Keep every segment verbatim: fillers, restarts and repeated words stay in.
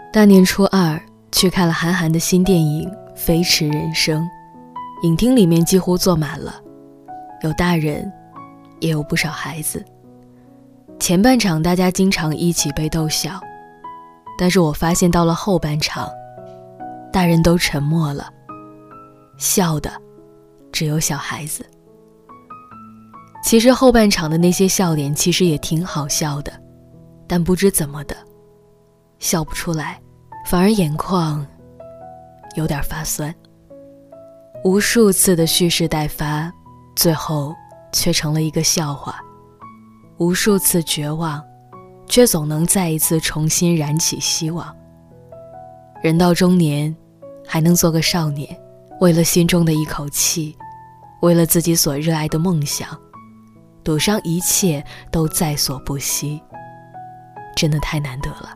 大年初二去看了韩寒的新电影《飞驰人生》，影厅里面几乎坐满了，有大人也有不少孩子。前半场大家经常一起被逗笑，但是我发现到了后半场，大人都沉默了，笑的只有小孩子。其实后半场的那些笑点其实也挺好笑的，但不知怎么的笑不出来，反而眼眶有点发酸。无数次的蓄势待发，最后却成了一个笑话。无数次绝望，却总能再一次重新燃起希望。人到中年，还能做个少年，为了心中的一口气，为了自己所热爱的梦想，赌上一切都在所不惜，真的太难得了。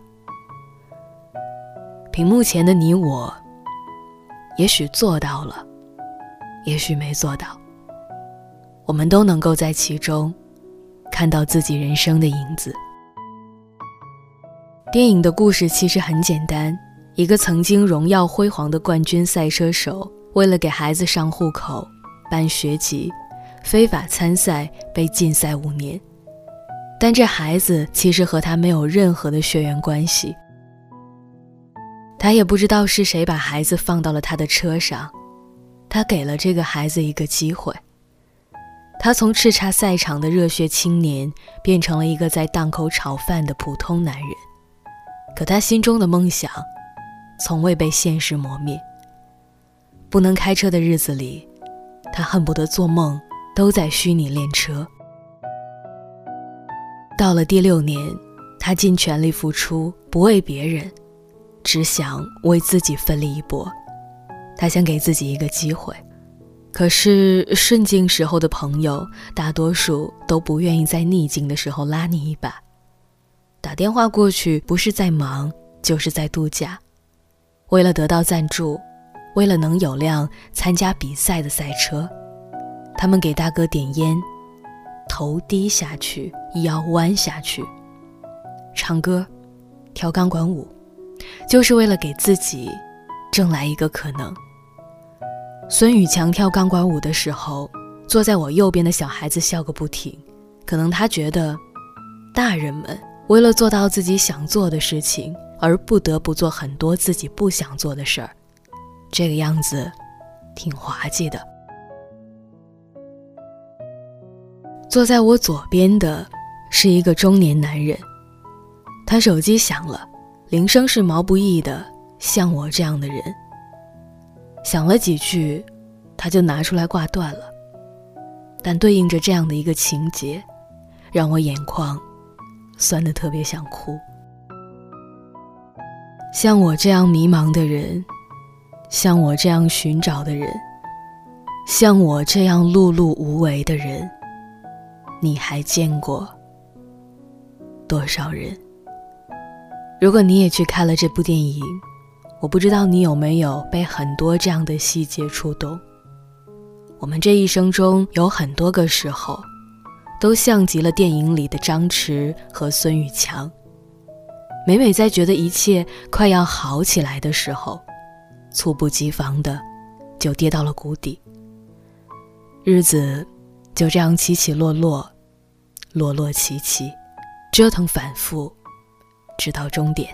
屏幕前的你我，也许做到了，也许没做到，我们都能够在其中看到自己人生的影子。电影的故事其实很简单，一个曾经荣耀辉煌的冠军赛车手，为了给孩子上户口、办学籍，非法参赛被禁赛五年。但这孩子其实和他没有任何的血缘关系，他也不知道是谁把孩子放到了他的车上，他给了这个孩子一个机会。他从叱咤赛场的热血青年变成了一个在档口炒饭的普通男人，可他心中的梦想从未被现实磨灭。不能开车的日子里，他恨不得做梦都在虚拟练车。到了第六年，他尽全力付出，不为别人，只想为自己奋力一搏。他想给自己一个机会，可是顺境时候的朋友大多数都不愿意在逆境的时候拉你一把。打电话过去，不是在忙就是在度假，为了得到赞助，为了能有辆参加比赛的赛车，他们给大哥点烟，头低下去，腰弯下去，唱歌，跳钢管舞，就是为了给自己挣来一个可能。孙宇强跳钢管舞的时候，坐在我右边的小孩子笑个不停，可能他觉得大人们为了做到自己想做的事情，而不得不做很多自己不想做的事儿，这个样子挺滑稽的。坐在我左边的是一个中年男人，他手机响了，铃声是毛不易的《像我这样的人》，响了几句他就拿出来挂断了。但对应着这样的一个情节，让我眼眶酸得特别想哭。像我这样迷茫的人，像我这样寻找的人，像我这样碌碌无为的人，你还见过多少人？如果你也去看了这部电影，我不知道你有没有被很多这样的细节触动。我们这一生中有很多个时候，都像极了电影里的张弛和孙宇强。每每在觉得一切快要好起来的时候，猝不及防的就跌到了谷底。日子就这样起起落落，落落起起，折腾反复，直到终点。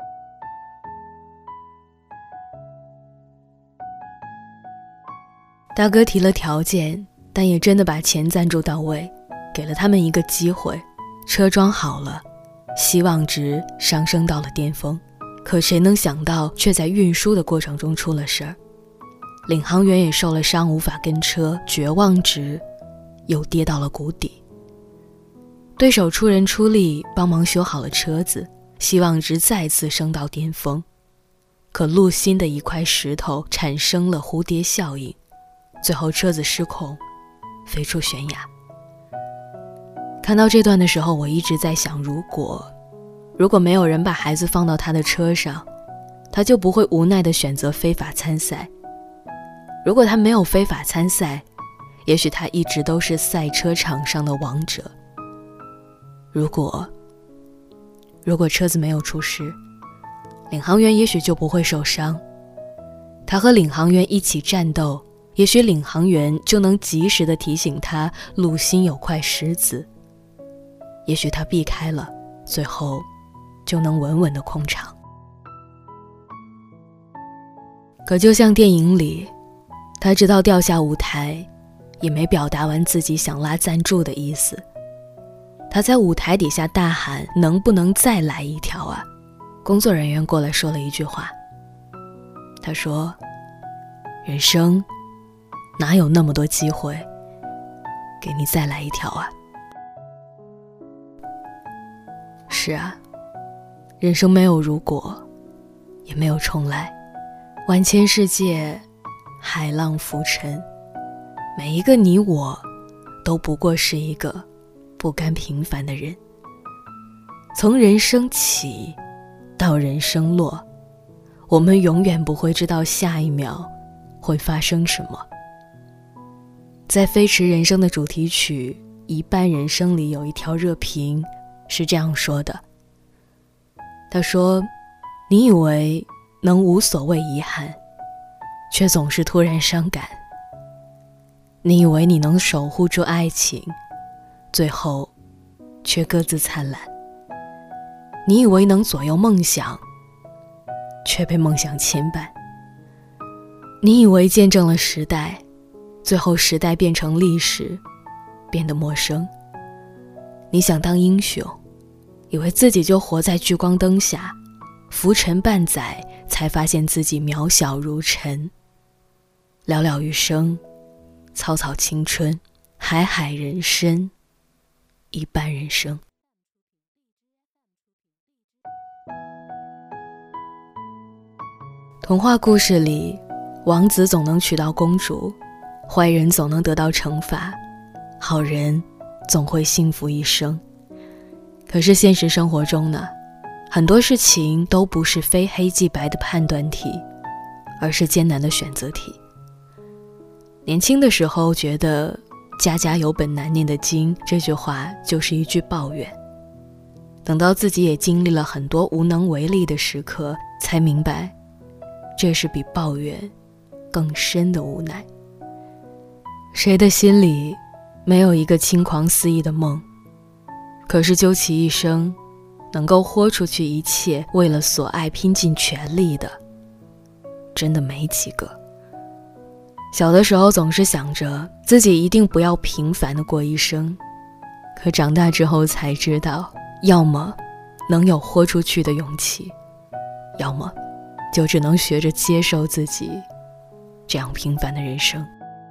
大哥提了条件，但也真的把钱赞助到位，给了他们一个机会。车装好了，希望值上升到了巅峰，可谁能想到却在运输的过程中出了事儿。领航员也受了伤，无法跟车，绝望值又跌到了谷底。对手出人出力帮忙修好了车子，希望值再次升到巅峰，可路心的一块石头产生了蝴蝶效应，最后车子失控飞出悬崖。看到这段的时候，我一直在想，如果如果没有人把孩子放到他的车上，他就不会无奈地选择非法参赛。如果他没有非法参赛，也许他一直都是赛车场上的王者。如果如果车子没有出事， 领航员也许就不会受伤。他和领航员一起战斗，也许领航员就能及时地提醒他路心有块石子，也许他避开了，最后就能稳稳地空场。可就像电影里，他直到掉下舞台也没表达完自己想拉赞助的意思。他在舞台底下大喊，能不能再来一条啊？工作人员过来说了一句话，他说，人生哪有那么多机会给你再来一条啊？是啊，人生没有如果，也没有重来，万千世界，海浪浮沉，每一个你我都不过是一个不甘平凡的人。从人生起到人生落，我们永远不会知道下一秒会发生什么。在《飞驰人生》的主题曲《一半人生》里有一条热评是这样说的，他说，你以为能无所谓遗憾，却总是突然伤感。你以为你能守护住爱情，最后却各自灿烂。你以为能左右梦想，却被梦想牵绊。你以为见证了时代，最后时代变成历史，变得陌生。你想当英雄，以为自己就活在聚光灯下，浮沉半载，才发现自己渺小如尘。寥寥余生，草草青春，海海人生，一半人生。童话故事里，王子总能娶到公主，坏人总能得到惩罚，好人总会幸福一生。可是现实生活中呢，很多事情都不是非黑即白的判断题，而是艰难的选择题。年轻的时候觉得家家有本难念的经，这句话就是一句抱怨。等到自己也经历了很多无能为力的时刻，才明白这是比抱怨更深的无奈。谁的心里没有一个轻狂肆意的梦？可是究其一生，能够豁出去一切，为了所爱拼尽全力的，真的没几个。小的时候总是想着自己一定不要平凡的过一生，可长大之后才知道，要么能有豁出去的勇气，要么就只能学着接受自己这样平凡的人生。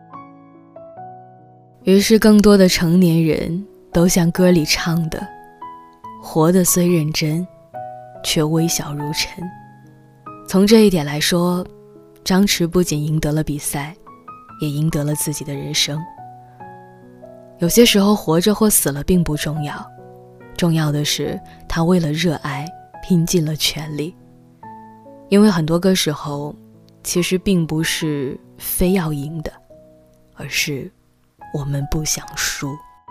于是更多的成年人都像歌里唱的，活得虽认真，却微小如尘。从这一点来说，张弛不仅赢得了比赛，也赢得了自己的人生。有些时候活着或死了并不重要，重要的是他为了热爱拼尽了全力。因为很多个时候其实并不是非要赢的，而是我们不想输。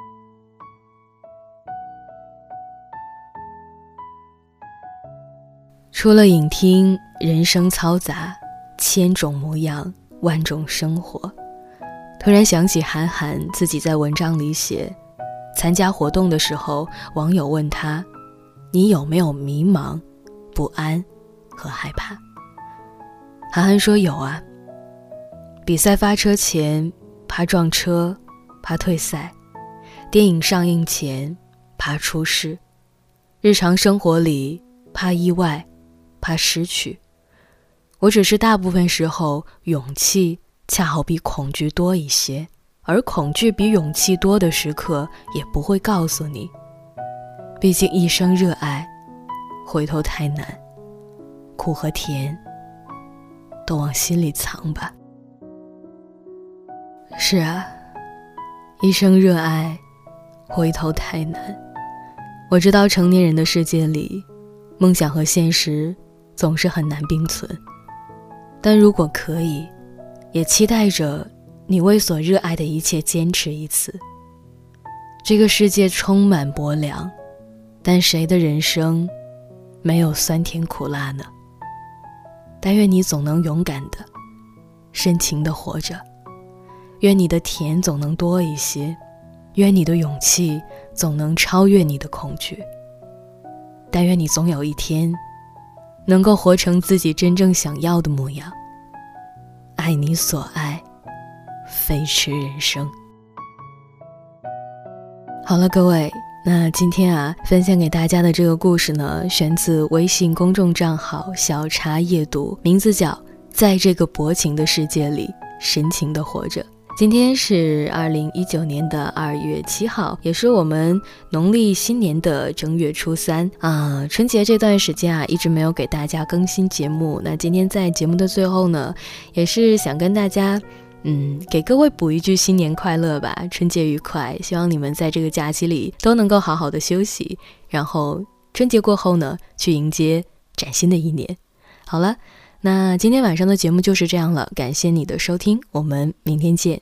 出了影厅，人生嘈杂，千种模样，万种生活。突然想起韩寒自己在文章里写，参加活动的时候，网友问他，你有没有迷茫、不安和害怕？韩寒说有啊，比赛发车前怕撞车，怕退赛；电影上映前怕出事；日常生活里怕意外，怕失去。我只是大部分时候勇气恰好比恐惧多一些，而恐惧比勇气多的时刻也不会告诉你。毕竟一生热爱，回头太难，苦和甜都往心里藏吧。是啊，一生热爱，回头太难。我知道成年人的世界里，梦想和现实总是很难并存，但如果可以，也期待着你为所热爱的一切坚持一次。这个世界充满薄凉，但谁的人生没有酸甜苦辣呢？ 但愿你总能勇敢的、深情的活着，愿你的甜总能多一些，愿你的勇气总能超越你的恐惧。但愿你总有一天能够活成自己真正想要的模样，爱你所爱，飞驰人生。好了，各位，那今天啊，分享给大家的这个故事呢，选自微信公众账号小茶夜读，名字叫《在这个薄情的世界里，深情的活着》。今天是二零一九年的二月七号，也是我们农历新年的正月初三啊。春节这段时间啊，一直没有给大家更新节目。那今天在节目的最后呢，也是想跟大家，嗯，给各位补一句新年快乐吧，春节愉快。希望你们在这个假期里都能够好好的休息，然后春节过后呢，去迎接崭新的一年。好了。那今天晚上的节目就是这样了，感谢你的收听，我们明天见。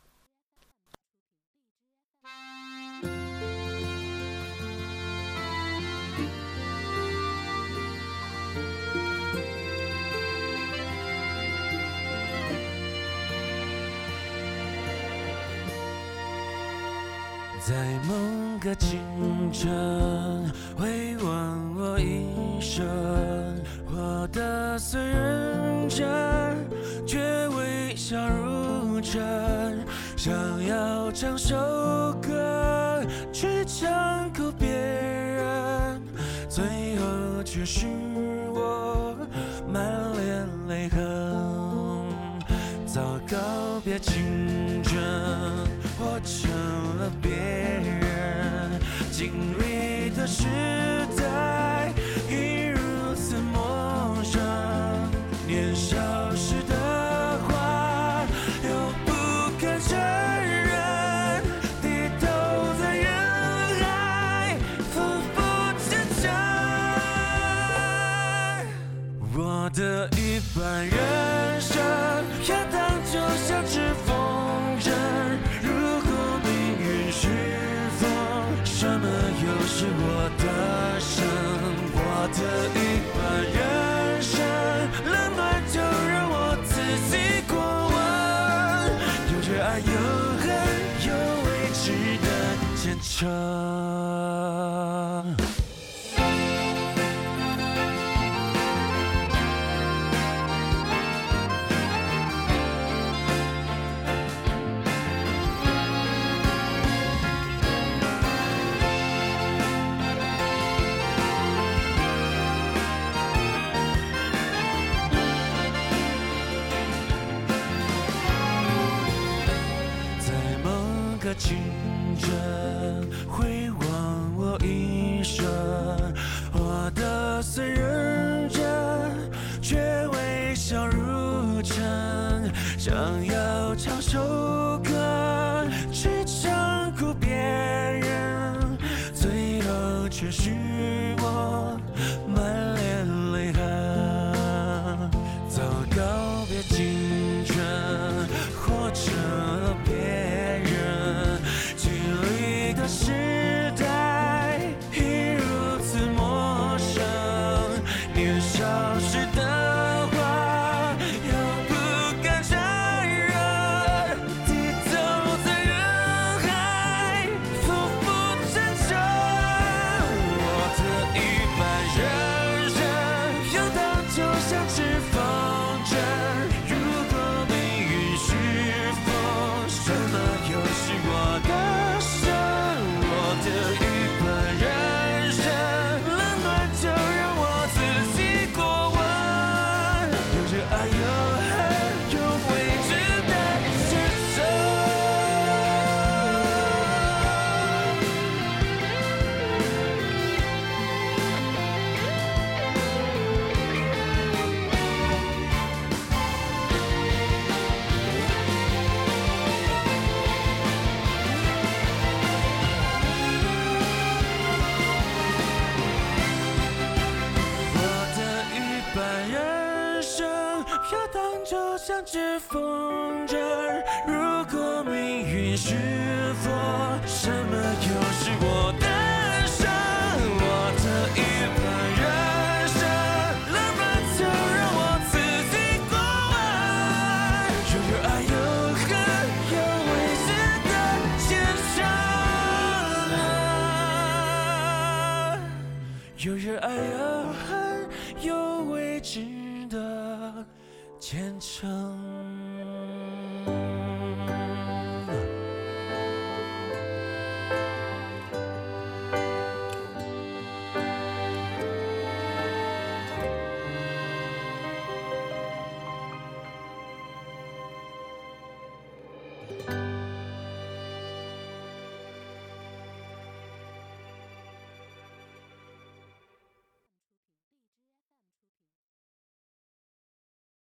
在某个清晨，回望我一生，活得虽认真，却微笑如真。想要唱首歌去唱哭别人，最后却是我满脸泪痕。早告别青春，活成了别人经历的时代，已如此陌生。年少时的话，又不敢承认，低头在人海，俯不见真。我的一半人生，要当就像只风筝。什么又是我的生？我的一半人生，冷暖就让我自己过问，有着爱有恨，有未知的虔诚。清晨，回望我一生，活得虽认真，却微笑如真。想要唱首歌去唱哭别人，最后却是我满脸泪痕。早告别青春，活成了别人时代，已如此陌生。年少时的话，又不敢承认，低头在人海，俯不见真。我的一半人生，要当就像只风筝，如果命运是风，什么又是我的生？的一半人生，冷暖就让我自己过问，有着爱有恨，有未知的虔诚。要当就像只风筝，如果命运是风，什么又是我的生？我的一半人生，冷暖就让我自有热爱有恨，有未知的虔诚。